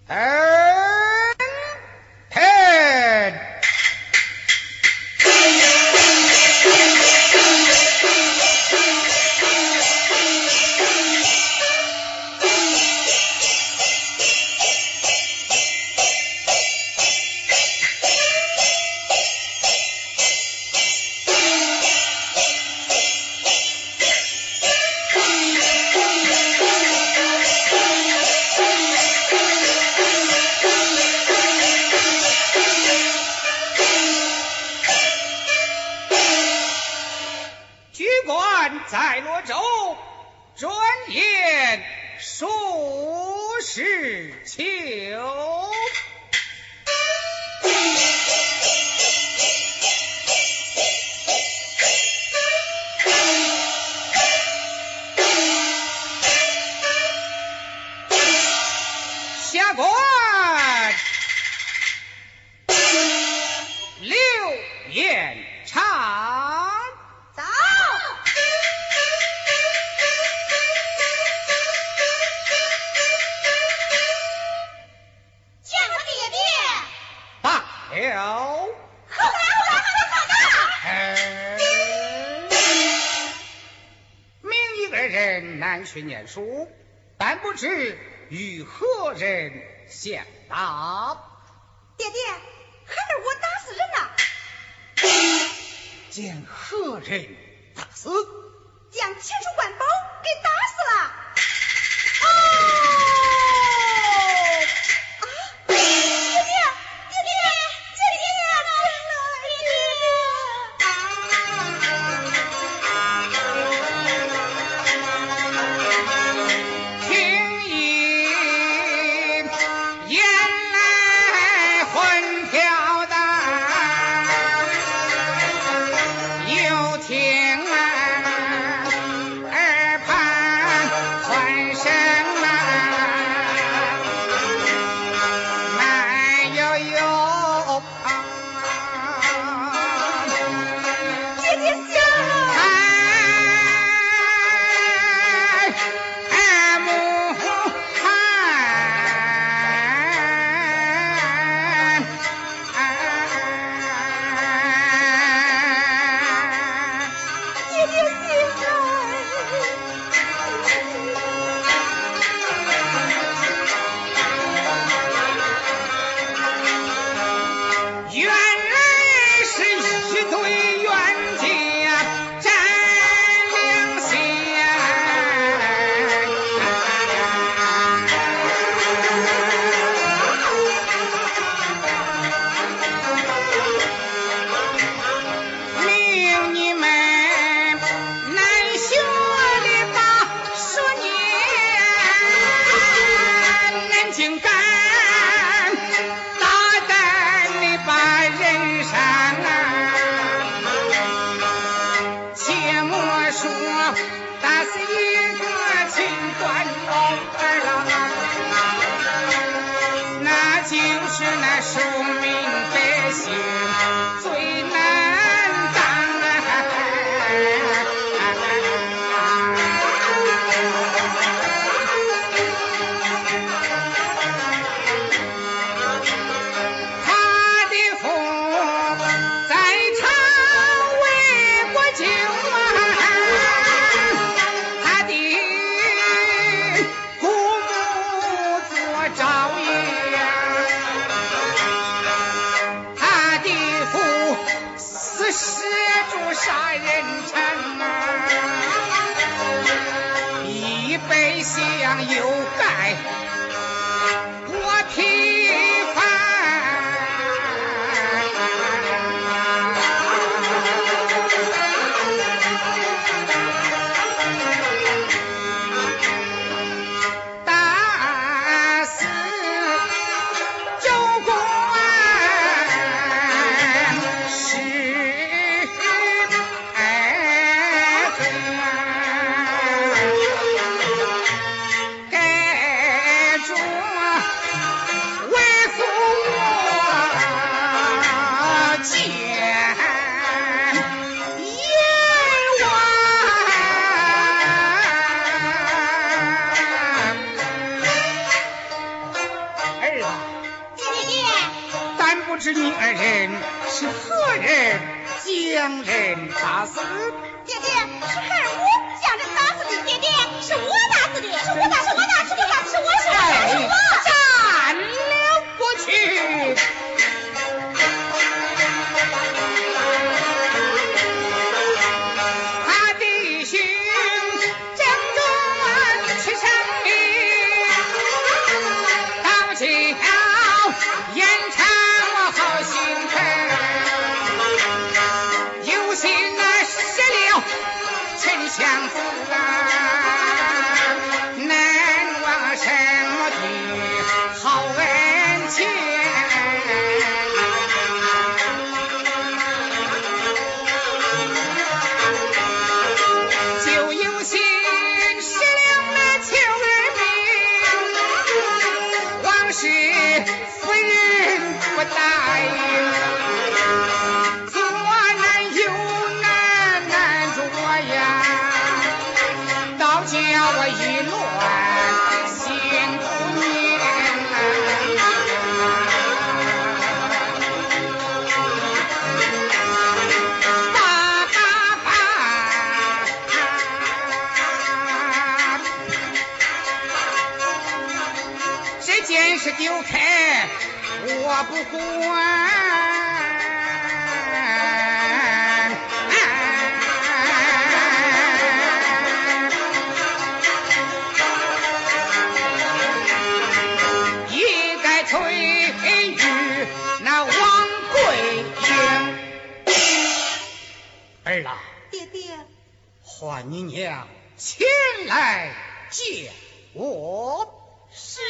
在罗州转眼数十秋，下官刘彦昌。 走。见过爹爹。 罢了。 后来。 明一个人难学念书，但不知与何人相打。 爹爹，孩儿我打死人了。 将何人打死？ 将钱书万宝给打死了。爹爹， 听一眼来魂飘的，又听耳畔欢声慢悠悠， 爹爹死了。打死一个清官老儿那就是那庶民百姓最难当。他的父在朝为国救杀人城比北乡有盖我平打死周公给人是何人将人打死？ 爹爹，是孩儿我将人打死的。爹爹，是我打死的，是我打死的，是我。 站了过去。他弟兄正中去胜利，大不巧眼馋我好心疼，有心失了丞相子难忘什么的好恩情。就有心失了那求儿命，王氏夫人不答应，左难右难着呀，倒叫我一乱心不宁这件事丢开我不管。退于那王桂英。儿啊， 爹爹， 唤你娘前来见我。 是。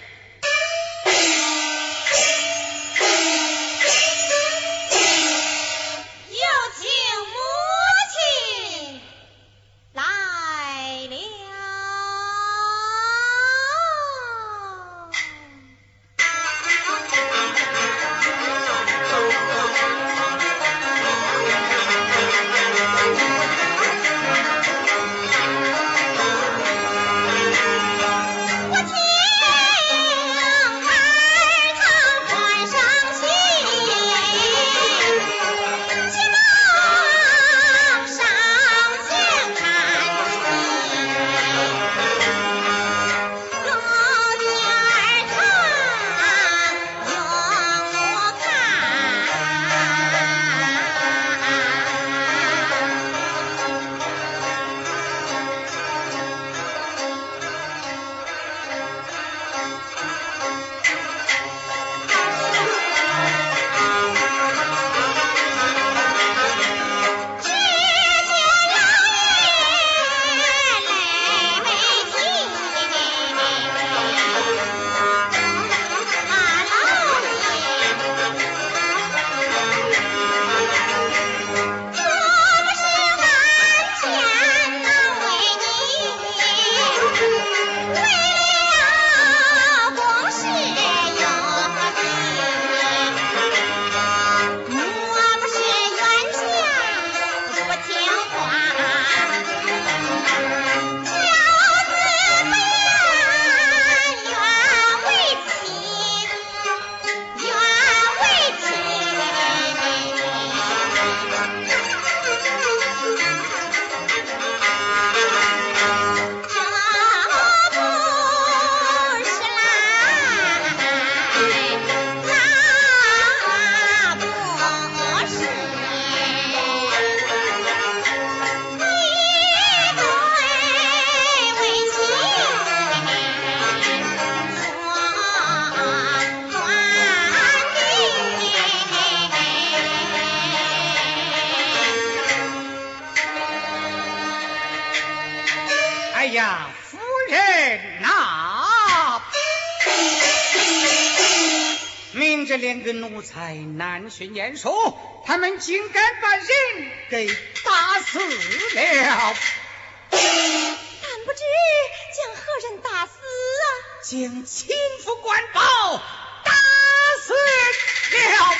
有请母亲来了。 哎呀，夫人呐，明着两个奴才难学念书，他们竟敢把人给打死了。 但不知将何人打死啊？ 将亲夫官宝打死了。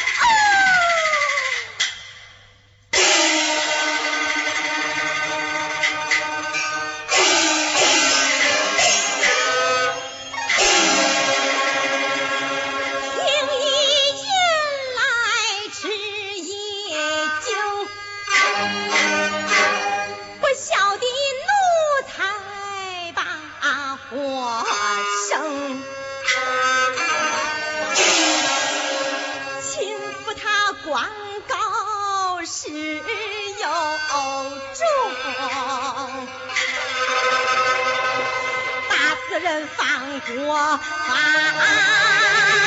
听一言来迟。 事有重，打死人放过法。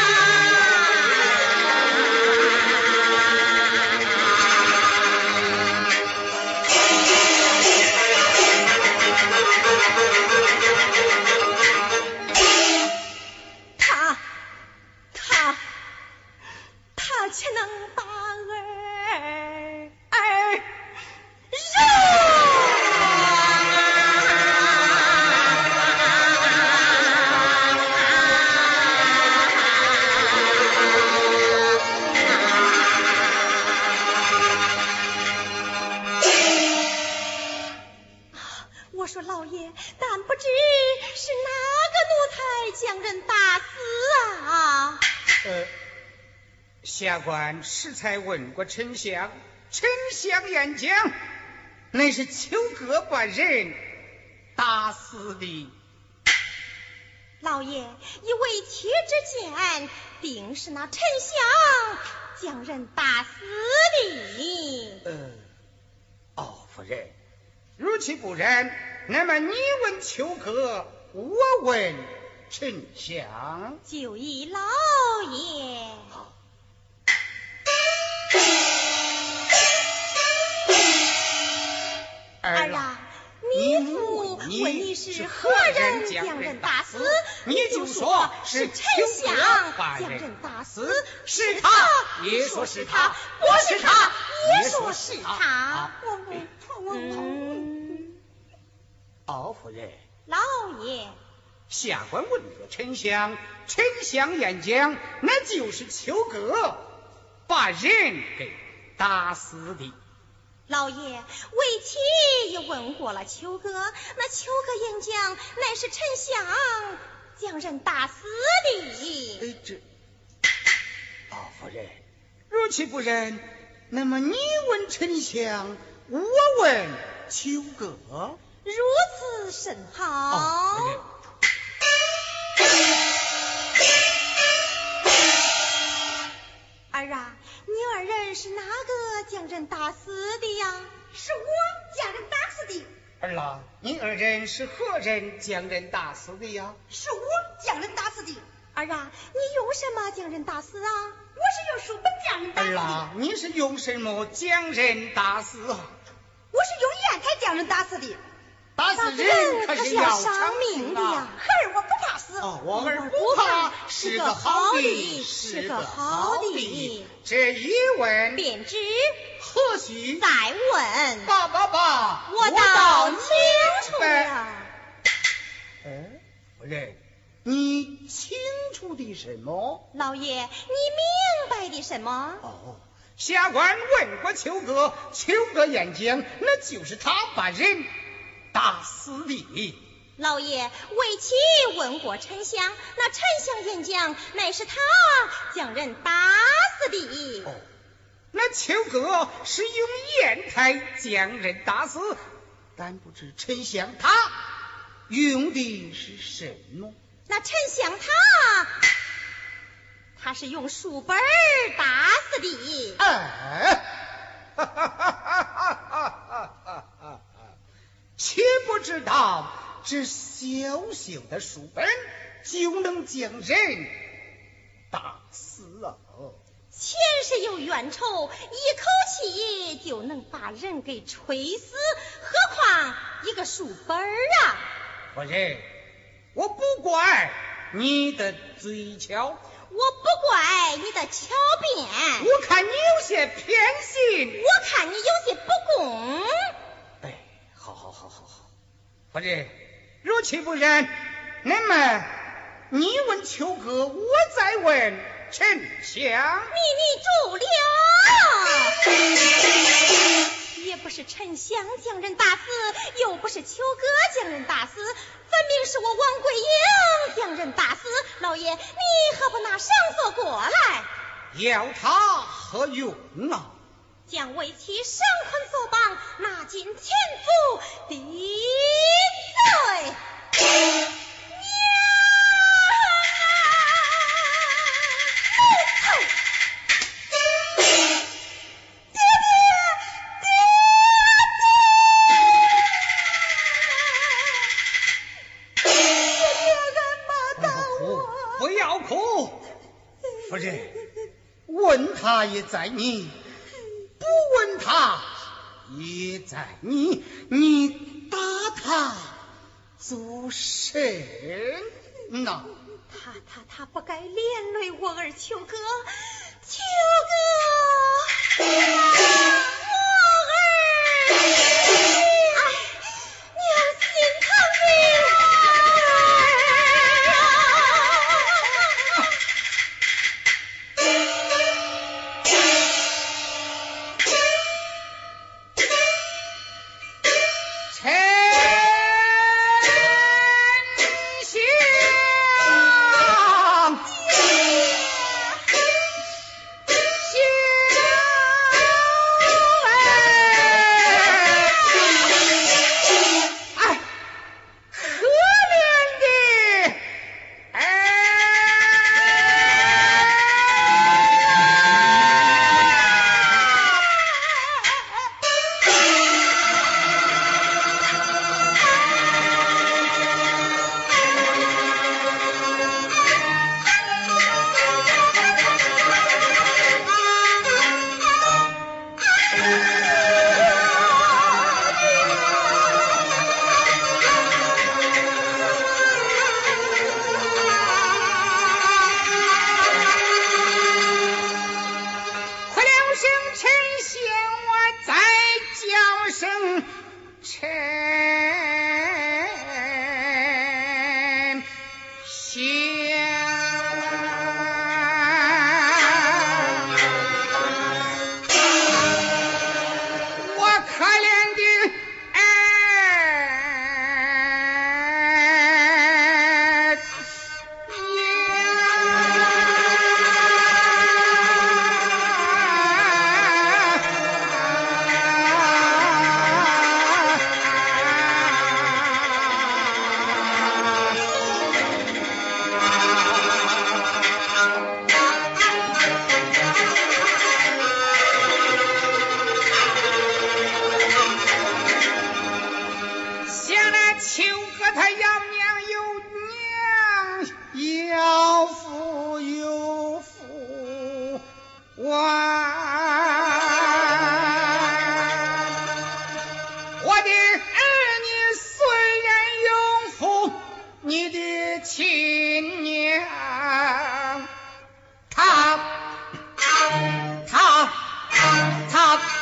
他却能把儿我说老爷，但不知是哪个奴才将人打死啊？ 下官适才问过丞相，丞相言讲，乃是秋哥把人打死的。 老爷，以为妻之见，定是那丞相将人打死的。 夫人，如其不然，那么你问秋哥，我问丞相。 就依老爷。儿啊，你父问你是何人将人打死，你就说是丞相将人打死， 是他也说是他， 不是他也说是他。 夫人， 老爷， 下官问过丞相，丞相言讲，那就是秋哥把人给打死的。 老爷，为妻也问过了秋哥，那秋哥言讲乃是丞相将人打死的。 夫人，如其不然，那么你问丞相，我问秋哥。 如此甚好。儿啊，你二人是哪个将人打死的呀？ 是我将人打死的。 儿啊，你二人是何人将人打死的呀？ 是我将人打死的。 儿啊，你用什么将人打死啊？ 我是用书本将人打死的。 儿啊，你是用什么将人打死啊？ 我是用砚台将人打死的。 打死人可是要偿命的呀。 儿我不怕死。 我儿不怕，是个好的，是个好的。这一问便知何须再问。 爸， 我倒清楚了。 夫人，你清楚的什么？ 老爷，你明白的什么？ 下官问过秋哥，秋哥言讲，那就是他把人打死的。 老爷，为妻问过丞相，那丞相言讲乃是他将人打死的。 那秋哥是用砚台将人打死，但不知丞相他用的是什么？ 那丞相他是用书本打死的。 且不知道这小小的书本就能将人打死啊！ 前世有冤仇，一口气就能把人给吹死，何况一个书本啊！ 夫人，我不怪你的嘴巧， 我不怪你的巧辩， 我看你有些偏心， 我看你有些不公。 好，夫人，如其不然，那么你问秋哥，我再问丞相。 你住了，也不是丞相将人打死，又不是秋哥将人打死，分明是我王桂英将人打死。老爷，你何不拿绳索过来？ 要他何用啊？ 将为妻绳捆索绑，拿进前府抵罪。 也在你，不问他也在你，你打他做甚呐？ 他不该连累我儿秋哥，秋哥，我儿，哎，娘心疼你。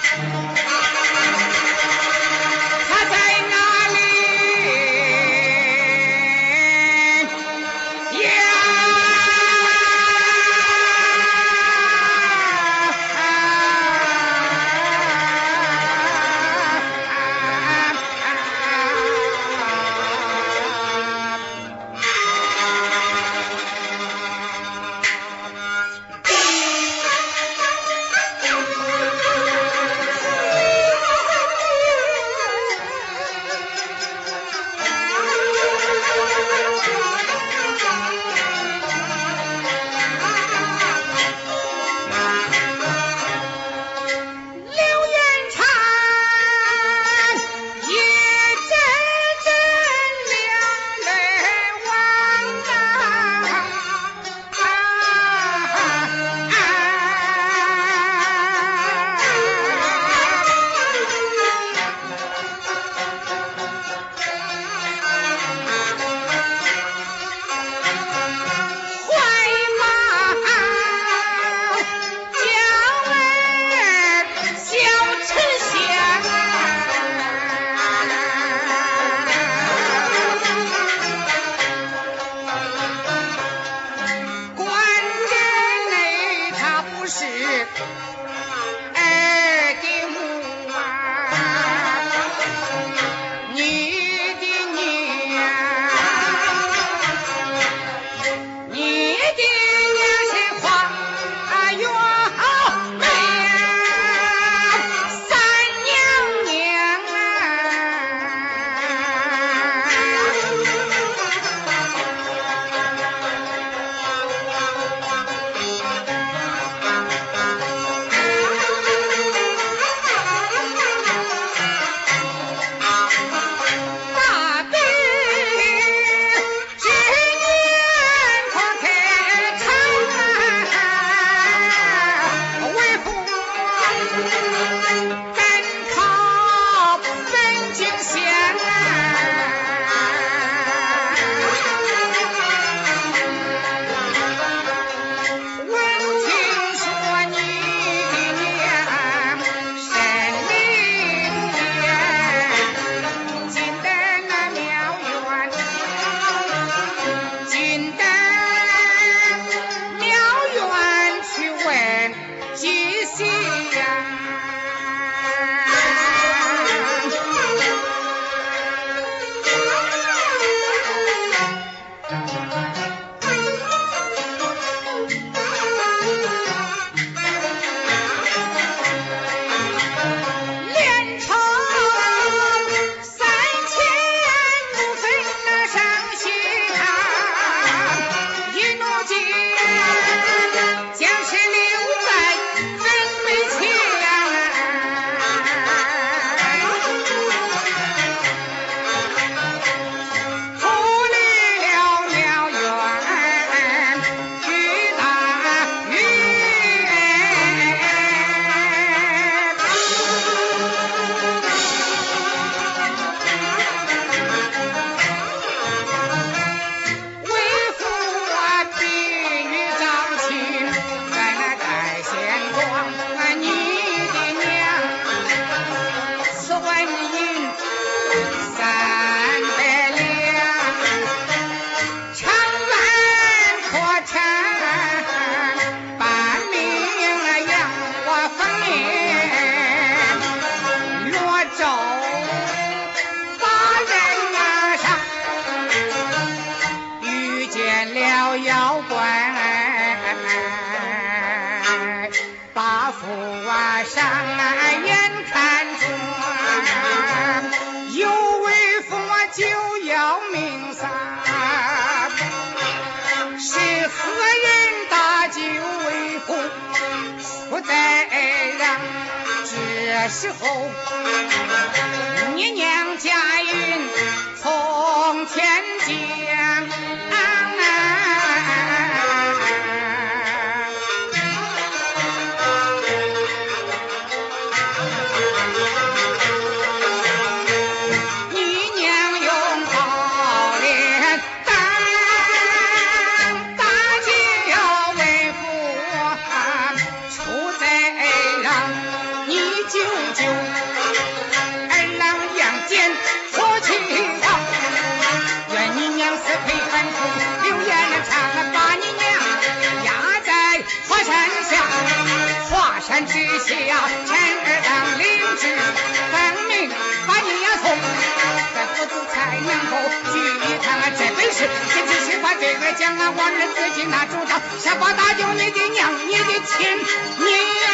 他在哪里？ 眼看着有为父就要命丧，是何人大就为父不再让。这时候你娘家运从天降，你娘用好脸蛋大就要为父出在让你舅舅二郎杨戬出去跑，愿你娘是陪伴处刘延长，把你娘压在华山下，华山之下陈二当领旨分明把你丫从在佛祖才能够举他这本事，这只是把这个讲啊，往日自己拿主张，下把大舅你的娘你的亲娘。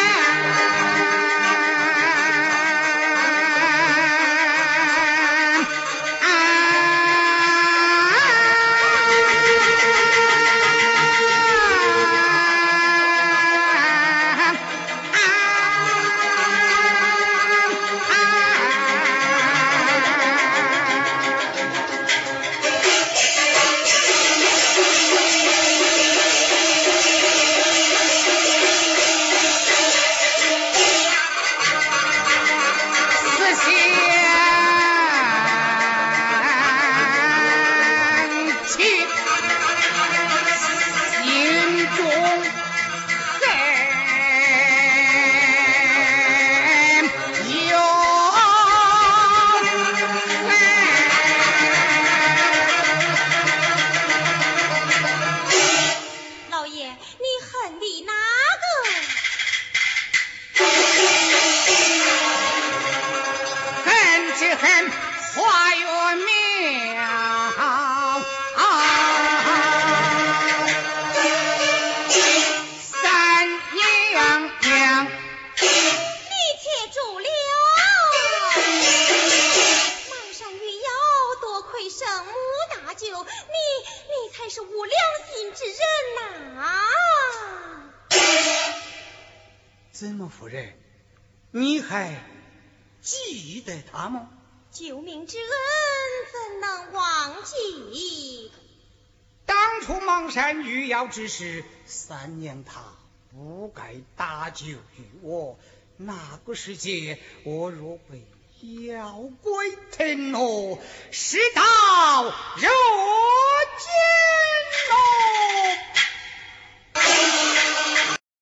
怎么夫人，你还记得他吗？ 救命之恩怎能忘记？ 当初邙山玉瑶之时，3年他不该搭救于我，那个时节我若被妖怪吞了，世道如